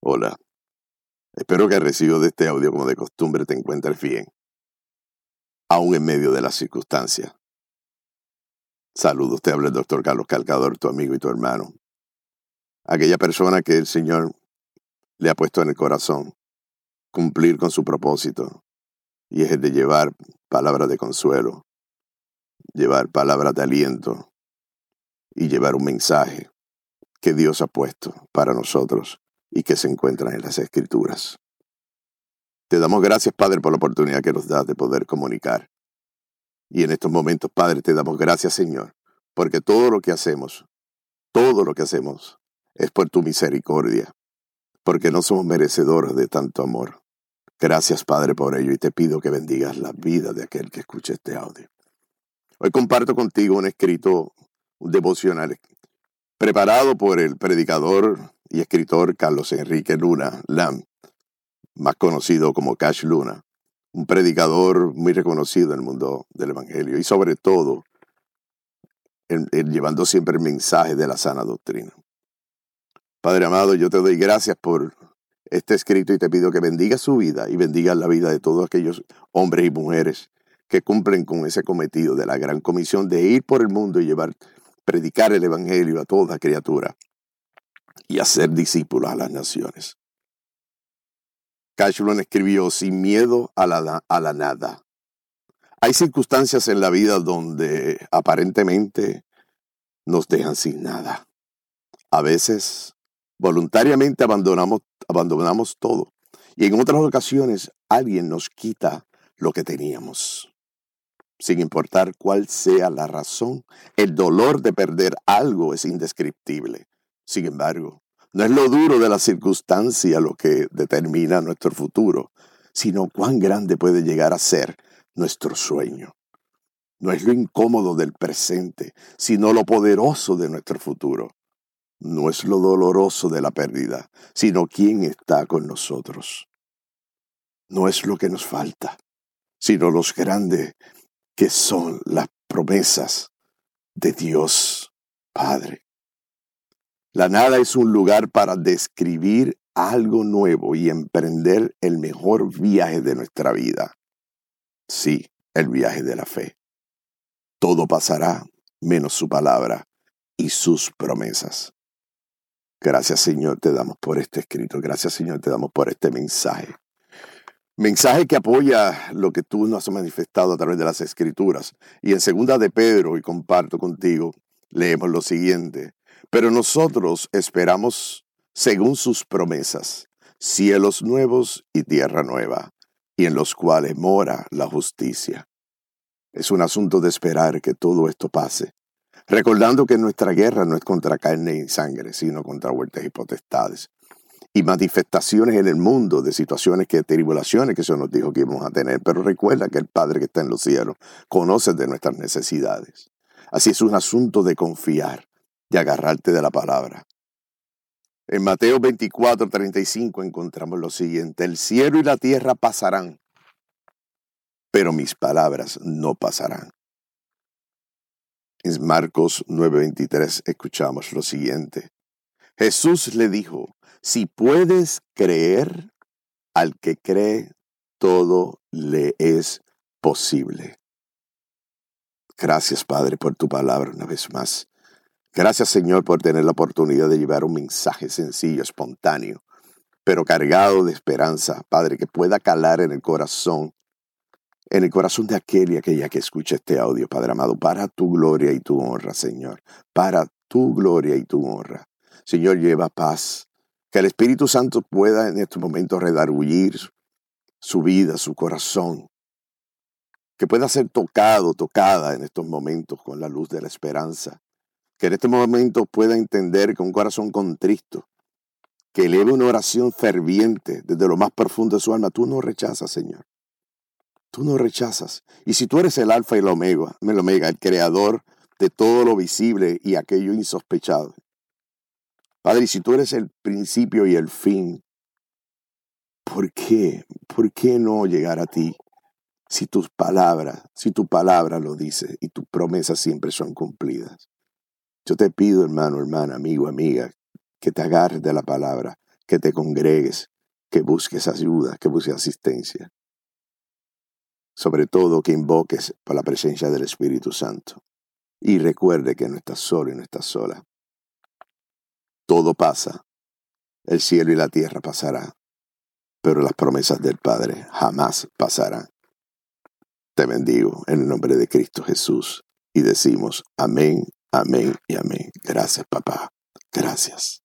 Hola, espero que el recibo de este audio como de costumbre te encuentres bien, aún en medio de las circunstancias. Saludos, te habla el doctor Carlos Calcador, tu amigo y tu hermano. Aquella persona que el Señor le ha puesto en el corazón cumplir con su propósito, y es el de llevar palabras de consuelo, llevar palabras de aliento y llevar un mensaje que Dios ha puesto para nosotros y que se encuentran en las Escrituras. Te damos gracias, Padre, por la oportunidad que nos das de poder comunicar. Y en estos momentos, Padre, te damos gracias, Señor, porque todo lo que hacemos es por tu misericordia, porque no somos merecedores de tanto amor. Gracias, Padre, por ello, y te pido que bendigas la vida de aquel que escuche este audio. Hoy comparto contigo un devocional, preparado por el predicador y escritor Carlos Enrique Luna Lam, más conocido como Cash Luna, un predicador muy reconocido en el mundo del Evangelio y sobre todo llevando siempre el mensaje de la sana doctrina. Padre amado, yo te doy gracias por este escrito y te pido que bendiga su vida y bendiga la vida de todos aquellos hombres y mujeres que cumplen con ese cometido de la gran comisión de ir por el mundo y predicar el Evangelio a toda criatura y hacer discípulos a las naciones. Cashman escribió: sin miedo a la nada. Hay circunstancias en la vida donde aparentemente nos dejan sin nada. A veces voluntariamente abandonamos todo, y en otras ocasiones alguien nos quita lo que teníamos. Sin importar cuál sea la razón, el dolor de perder algo es indescriptible. Sin embargo, no es lo duro de la circunstancia lo que determina nuestro futuro, sino cuán grande puede llegar a ser nuestro sueño. No es lo incómodo del presente, sino lo poderoso de nuestro futuro. No es lo doloroso de la pérdida, sino quién está con nosotros. No es lo que nos falta, sino los grandes que son las promesas de Dios Padre. La nada es un lugar para describir algo nuevo y emprender el mejor viaje de nuestra vida. Sí, el viaje de la fe. Todo pasará menos su palabra y sus promesas. Gracias, Señor, te damos por este escrito. Gracias, Señor, te damos por este mensaje. Mensaje que apoya lo que tú nos has manifestado a través de las Escrituras. Y en 2 de Pedro, y comparto contigo, leemos lo siguiente: pero nosotros esperamos, según sus promesas, cielos nuevos y tierra nueva, y en los cuales mora la justicia. Es un asunto de esperar que todo esto pase, recordando que nuestra guerra no es contra carne y sangre, sino contra huestes y potestades, y manifestaciones en el mundo de situaciones tribulaciones que se nos dijo que íbamos a tener. Pero recuerda que el Padre que está en los cielos conoce de nuestras necesidades. Así es un asunto de confiar, de agarrarte de la palabra. En Mateo 24:35 encontramos lo siguiente: el cielo y la tierra pasarán, pero mis palabras no pasarán. En Marcos 9:23 escuchamos lo siguiente: Jesús le dijo: si puedes creer, al que cree, todo le es posible. Gracias, Padre, por tu palabra una vez más. Gracias, Señor, por tener la oportunidad de llevar un mensaje sencillo, espontáneo, pero cargado de esperanza, Padre, que pueda calar en el corazón de aquel y aquella que escucha este audio, Padre amado, para tu gloria y tu honra, Señor, para tu gloria y tu honra. Señor, lleva paz, que el Espíritu Santo pueda en estos momentos redarguir su vida, su corazón, que pueda ser tocada en estos momentos con la luz de la esperanza, que en este momento pueda entender con un corazón contristo, que eleve una oración ferviente desde lo más profundo de su alma. Tú no rechazas, Señor. Tú no rechazas. Y si tú eres el alfa y el omega, el creador de todo lo visible y aquello insospechado, Padre, y si tú eres el principio y el fin, ¿por qué? ¿Por qué no llegar a ti? Si tu palabra lo dice y tus promesas siempre son cumplidas. Yo te pido, hermano, hermana, amigo, amiga, que te agarres de la palabra, que te congregues, que busques ayuda, que busques asistencia. Sobre todo que invoques por la presencia del Espíritu Santo. Y recuerde que no estás solo y no estás sola. Todo pasa. El cielo y la tierra pasarán. Pero las promesas del Padre jamás pasarán. Te bendigo en el nombre de Cristo Jesús. Y decimos amén, amén y amén. Gracias, papá. Gracias.